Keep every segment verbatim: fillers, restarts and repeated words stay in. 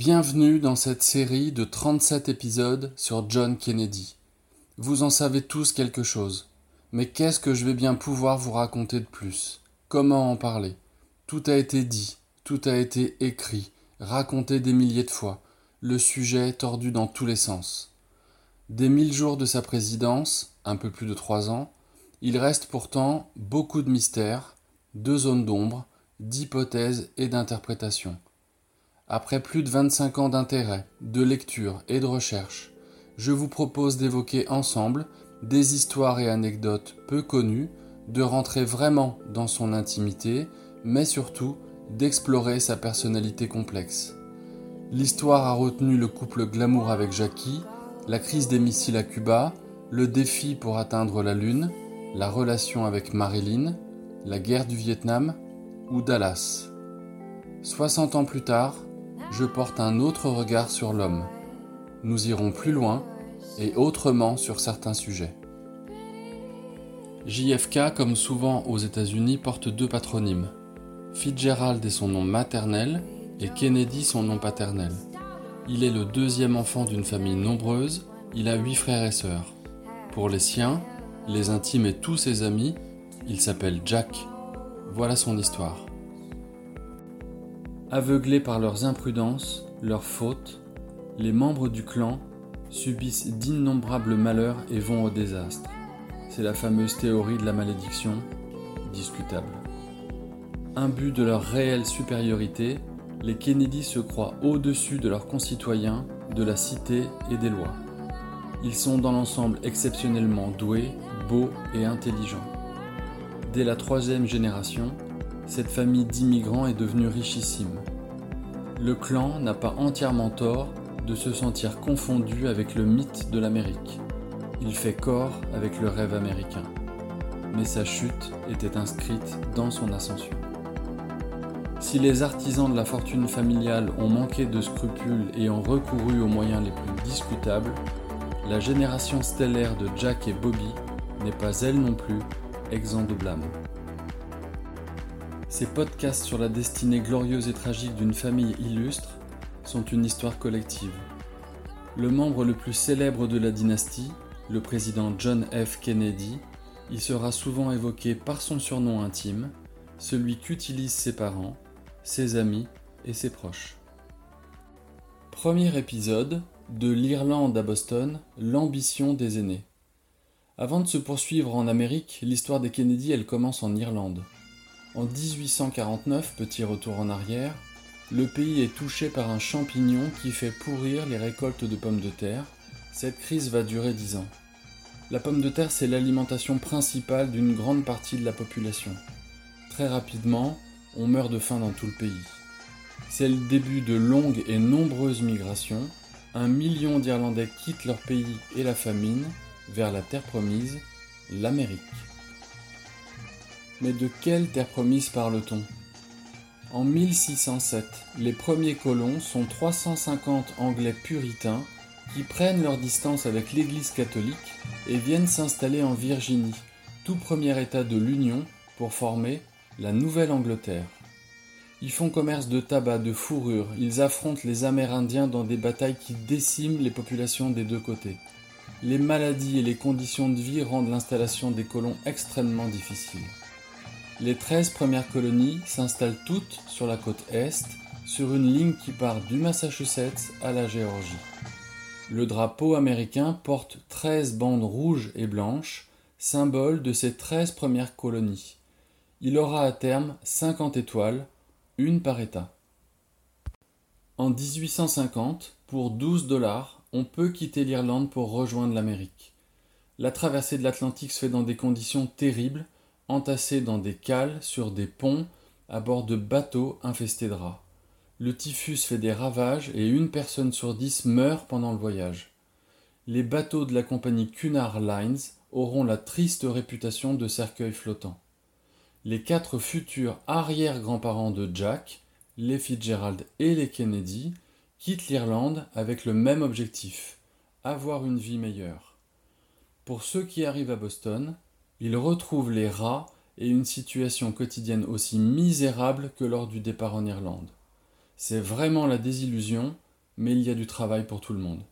Bienvenue dans cette série de trente-sept épisodes sur John Kennedy. Vous en savez tous quelque chose. Mais qu'est-ce que je vais bien pouvoir vous raconter de plus ? Comment en parler ? Tout a été dit, tout a été écrit, raconté des milliers de fois. Le sujet tordu dans tous les sens. Des mille jours de sa présidence, un peu plus de trois ans, il reste pourtant beaucoup de mystères, de zones d'ombre, d'hypothèses et d'interprétations. Après plus de vingt-cinq ans d'intérêt, de lecture et de recherche, je vous propose d'évoquer ensemble des histoires et anecdotes peu connues, de rentrer vraiment dans son intimité, mais surtout d'explorer sa personnalité complexe. L'histoire a retenu le couple glamour avec Jackie, la crise des missiles à Cuba, le défi pour atteindre la Lune, la relation avec Marilyn, la guerre du Vietnam ou Dallas. soixante ans plus tard, je porte un autre regard sur l'homme. Nous irons plus loin et autrement sur certains sujets. J F K, comme souvent aux États-Unis, porte deux patronymes. Fitzgerald est son nom maternel et Kennedy son nom paternel. Il est le deuxième enfant d'une famille nombreuse, il a huit frères et sœurs. Pour les siens, les intimes et tous ses amis, il s'appelle Jack. Voilà son histoire. Aveuglés par leurs imprudences, leurs fautes, les membres du clan subissent d'innombrables malheurs et vont au désastre. C'est la fameuse théorie de la malédiction, discutable. Imbus de leur réelle supériorité, les Kennedy se croient au-dessus de leurs concitoyens, de la cité et des lois. Ils sont dans l'ensemble exceptionnellement doués, beaux et intelligents. Dès la troisième génération, cette famille d'immigrants est devenue richissime. Le clan n'a pas entièrement tort de se sentir confondu avec le mythe de l'Amérique. Il fait corps avec le rêve américain. Mais sa chute était inscrite dans son ascension. Si les artisans de la fortune familiale ont manqué de scrupules et ont recouru aux moyens les plus discutables, la génération stellaire de Jack et Bobby n'est pas elle non plus exempt de blâme. Ces podcasts sur la destinée glorieuse et tragique d'une famille illustre sont une histoire collective. Le membre le plus célèbre de la dynastie, le président John F. Kennedy, y sera souvent évoqué par son surnom intime, celui qu'utilisent ses parents, ses amis et ses proches. Premier épisode de l'Irlande à Boston, l'ambition des aînés. Avant de se poursuivre en Amérique, l'histoire des Kennedy, elle commence en Irlande. En dix-huit cent quarante-neuf, petit retour en arrière, le pays est touché par un champignon qui fait pourrir les récoltes de pommes de terre. Cette crise va durer dix ans. La pomme de terre, c'est l'alimentation principale d'une grande partie de la population. Très rapidement, on meurt de faim dans tout le pays. C'est le début de longues et nombreuses migrations. Un million d'Irlandais quittent leur pays et la famine vers la terre promise, l'Amérique. Mais de quelle terre promise parle-t-on ? En mille six cent sept, les premiers colons sont trois cent cinquante Anglais puritains qui prennent leur distance avec l'Église catholique et viennent s'installer en Virginie, tout premier État de l'Union pour former la Nouvelle-Angleterre. Ils font commerce de tabac, de fourrure, ils affrontent les Amérindiens dans des batailles qui déciment les populations des deux côtés. Les maladies et les conditions de vie rendent l'installation des colons extrêmement difficile. Les treize premières colonies s'installent toutes sur la côte est, sur une ligne qui part du Massachusetts à la Géorgie. Le drapeau américain porte treize bandes rouges et blanches, symbole de ces treize premières colonies. Il aura à terme cinquante étoiles, une par État. En dix-huit cent cinquante, pour douze dollars, on peut quitter l'Irlande pour rejoindre l'Amérique. La traversée de l'Atlantique se fait dans des conditions terribles, entassés dans des cales, sur des ponts, à bord de bateaux infestés de rats. Le typhus fait des ravages et une personne sur dix meurt pendant le voyage. Les bateaux de la compagnie Cunard Lines auront la triste réputation de cercueils flottants. Les quatre futurs arrière-grands-parents de Jack, les Fitzgerald et les Kennedy, quittent l'Irlande avec le même objectif, avoir une vie meilleure. Pour ceux qui arrivent à Boston, ils retrouvent les rats et une situation quotidienne aussi misérable que lors du départ en Irlande. C'est vraiment la désillusion mais il y a du travail pour tout le monde.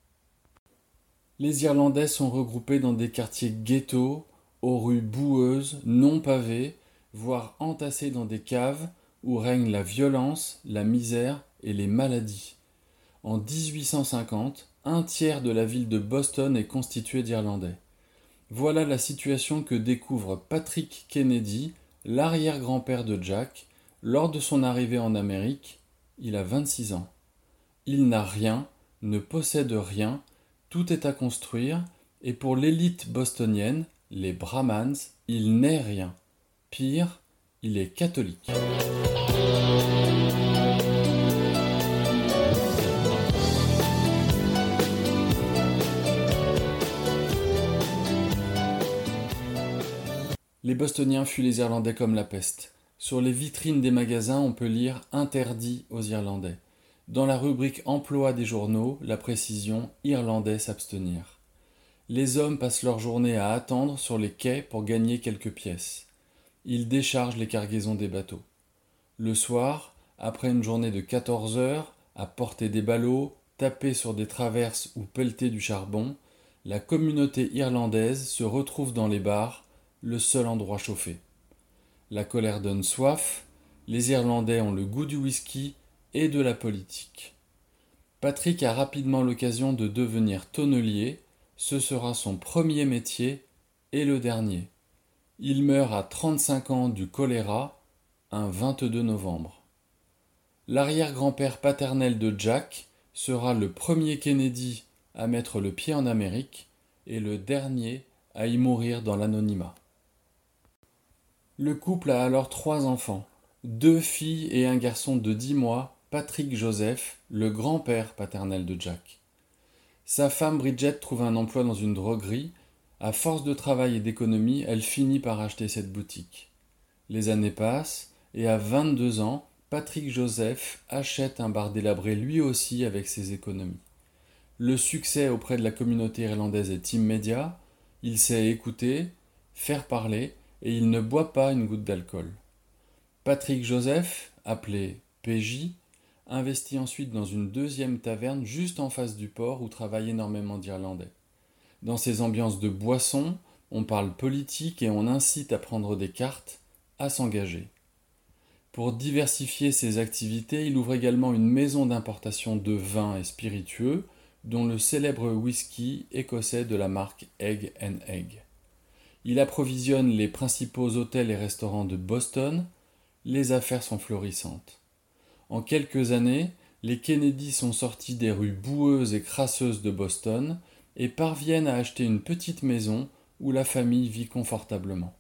Les Irlandais sont regroupés dans des quartiers ghettos, aux rues boueuses, non pavées, voire entassés dans des caves où règnent la violence, la misère et les maladies. En dix-huit cent cinquante, un tiers de la ville de Boston est constitué d'Irlandais. Voilà la situation que découvre Patrick Kennedy, l'arrière-grand-père de Jack, lors de son arrivée en Amérique. Il a vingt-six ans. Il n'a rien, ne possède rien, tout est à construire, et pour l'élite bostonienne, les Brahmans, il n'est rien. Pire, il est catholique. Les Bostoniens fuient les Irlandais comme la peste. Sur les vitrines des magasins, on peut lire « Interdit aux Irlandais ». Dans la rubrique emploi des journaux, la précision « Irlandais s'abstenir ». Les hommes passent leur journée à attendre sur les quais pour gagner quelques pièces. Ils déchargent les cargaisons des bateaux. Le soir, après une journée de quatorze heures, à porter des ballots, taper sur des traverses ou pelleter du charbon, la communauté irlandaise se retrouve dans les bars, le seul endroit chauffé. La colère donne soif, les Irlandais ont le goût du whisky et de la politique. Patrick a rapidement l'occasion de devenir tonnelier, ce sera son premier métier et le dernier. Il meurt à trente-cinq ans du choléra, un vingt-deux novembre. L'arrière-grand-père paternel de Jack sera le premier Kennedy à mettre le pied en Amérique et le dernier à y mourir dans l'anonymat. Le couple a alors trois enfants, deux filles et un garçon de dix mois, Patrick Joseph, le grand-père paternel de Jack. Sa femme Bridget trouve un emploi dans une droguerie. À force de travail et d'économie, elle finit par acheter cette boutique. Les années passent et à vingt-deux ans, Patrick Joseph achète un bar délabré lui aussi avec ses économies. Le succès auprès de la communauté irlandaise est immédiat, il sait écouter, faire parler et il ne boit pas une goutte d'alcool. Patrick Joseph, appelé P J, investit ensuite dans une deuxième taverne juste en face du port où travaillent énormément d'Irlandais. Dans ces ambiances de boissons, on parle politique et on incite à prendre des cartes, à s'engager. Pour diversifier ses activités, il ouvre également une maison d'importation de vins et spiritueux, dont le célèbre whisky écossais de la marque Egg and Egg. Il approvisionne les principaux hôtels et restaurants de Boston. Les affaires sont florissantes. En quelques années, les Kennedy sont sortis des rues boueuses et crasseuses de Boston et parviennent à acheter une petite maison où la famille vit confortablement.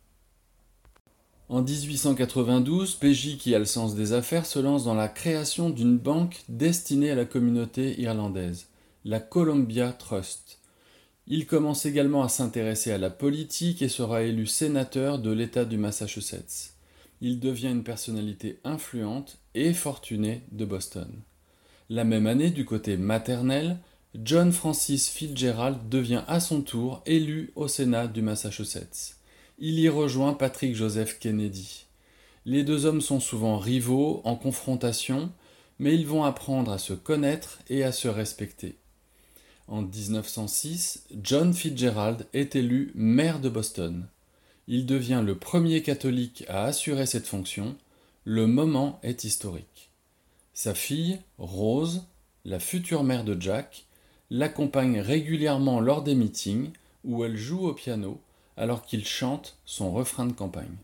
En dix-huit cent quatre-vingt-douze, P J, qui a le sens des affaires, se lance dans la création d'une banque destinée à la communauté irlandaise, la Columbia Trust. Il commence également à s'intéresser à la politique et sera élu sénateur de l'État du Massachusetts. Il devient une personnalité influente et fortunée de Boston. La même année, du côté maternel, John Francis Fitzgerald devient à son tour élu au Sénat du Massachusetts. Il y rejoint Patrick Joseph Kennedy. Les deux hommes sont souvent rivaux, en confrontation, mais ils vont apprendre à se connaître et à se respecter. En dix-neuf cent six, John Fitzgerald est élu maire de Boston. Il devient le premier catholique à assurer cette fonction. Le moment est historique. Sa fille, Rose, la future mère de Jack, l'accompagne régulièrement lors des meetings où elle joue au piano alors qu'il chante son refrain de campagne.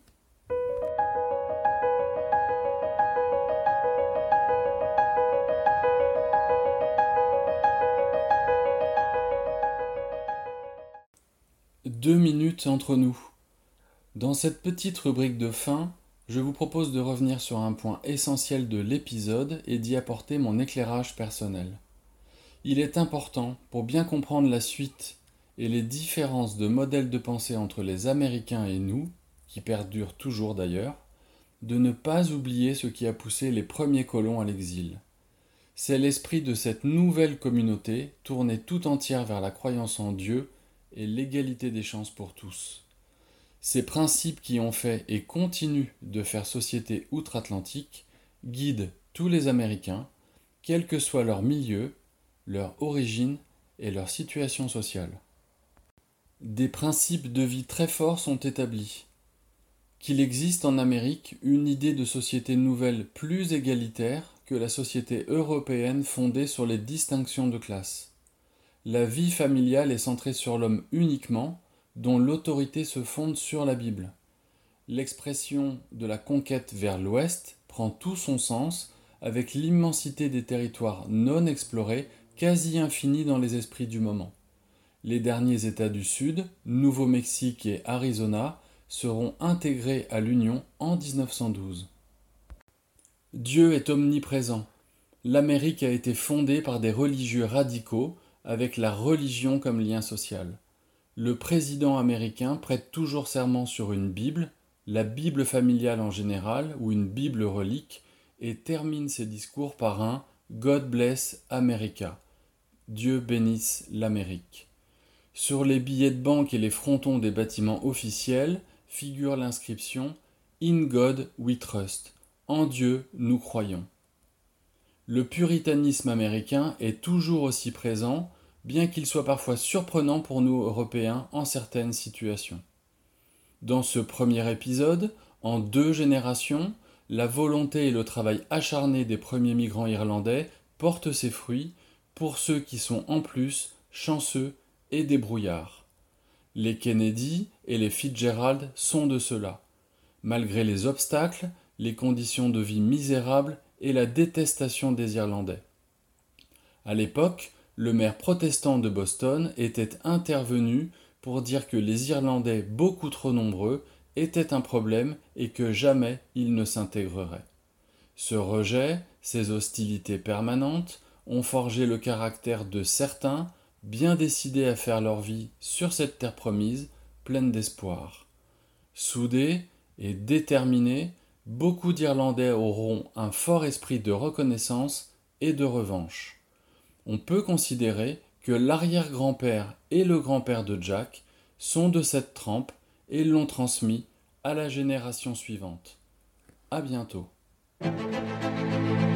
Deux minutes entre nous. Dans cette petite rubrique de fin, je vous propose de revenir sur un point essentiel de l'épisode et d'y apporter mon éclairage personnel. Il est important, pour bien comprendre la suite et les différences de modèles de pensée entre les Américains et nous, qui perdurent toujours d'ailleurs, de ne pas oublier ce qui a poussé les premiers colons à l'exil. C'est l'esprit de cette nouvelle communauté, tournée tout entière vers la croyance en Dieu et l'égalité des chances pour tous. Ces principes qui ont fait et continuent de faire société outre-Atlantique guident tous les Américains, quel que soit leur milieu, leur origine et leur situation sociale. Des principes de vie très forts sont établis. Qu'il existe en Amérique une idée de société nouvelle plus égalitaire que la société européenne fondée sur les distinctions de classe. La vie familiale est centrée sur l'homme uniquement, dont l'autorité se fonde sur la Bible. L'expression de la conquête vers l'ouest prend tout son sens avec l'immensité des territoires non explorés quasi infinis dans les esprits du moment. Les derniers États du Sud, Nouveau-Mexique et Arizona, seront intégrés à l'Union en dix-neuf cent douze. Dieu est omniprésent. L'Amérique a été fondée par des religieux radicaux avec la religion comme lien social. Le président américain prête toujours serment sur une Bible, la Bible familiale en général ou une Bible relique, et termine ses discours par un « God bless America », Dieu bénisse l'Amérique. Sur les billets de banque et les frontons des bâtiments officiels figure l'inscription « In God we trust », en Dieu nous croyons. Le puritanisme américain est toujours aussi présent, bien qu'il soit parfois surprenant pour nous Européens en certaines situations. Dans ce premier épisode, en deux générations, la volonté et le travail acharné des premiers migrants irlandais portent ses fruits pour ceux qui sont en plus chanceux et débrouillards. Les Kennedy et les Fitzgerald sont de ceux-là. Malgré les obstacles, les conditions de vie misérables et la détestation des Irlandais. À l'époque, le maire protestant de Boston était intervenu pour dire que les Irlandais beaucoup trop nombreux étaient un problème et que jamais ils ne s'intégreraient. Ce rejet, ces hostilités permanentes, ont forgé le caractère de certains, bien décidés à faire leur vie sur cette terre promise, pleine d'espoir. Soudés et déterminés, beaucoup d'Irlandais auront un fort esprit de reconnaissance et de revanche. On peut considérer que l'arrière-grand-père et le grand-père de Jack sont de cette trempe et l'ont transmis à la génération suivante. À bientôt.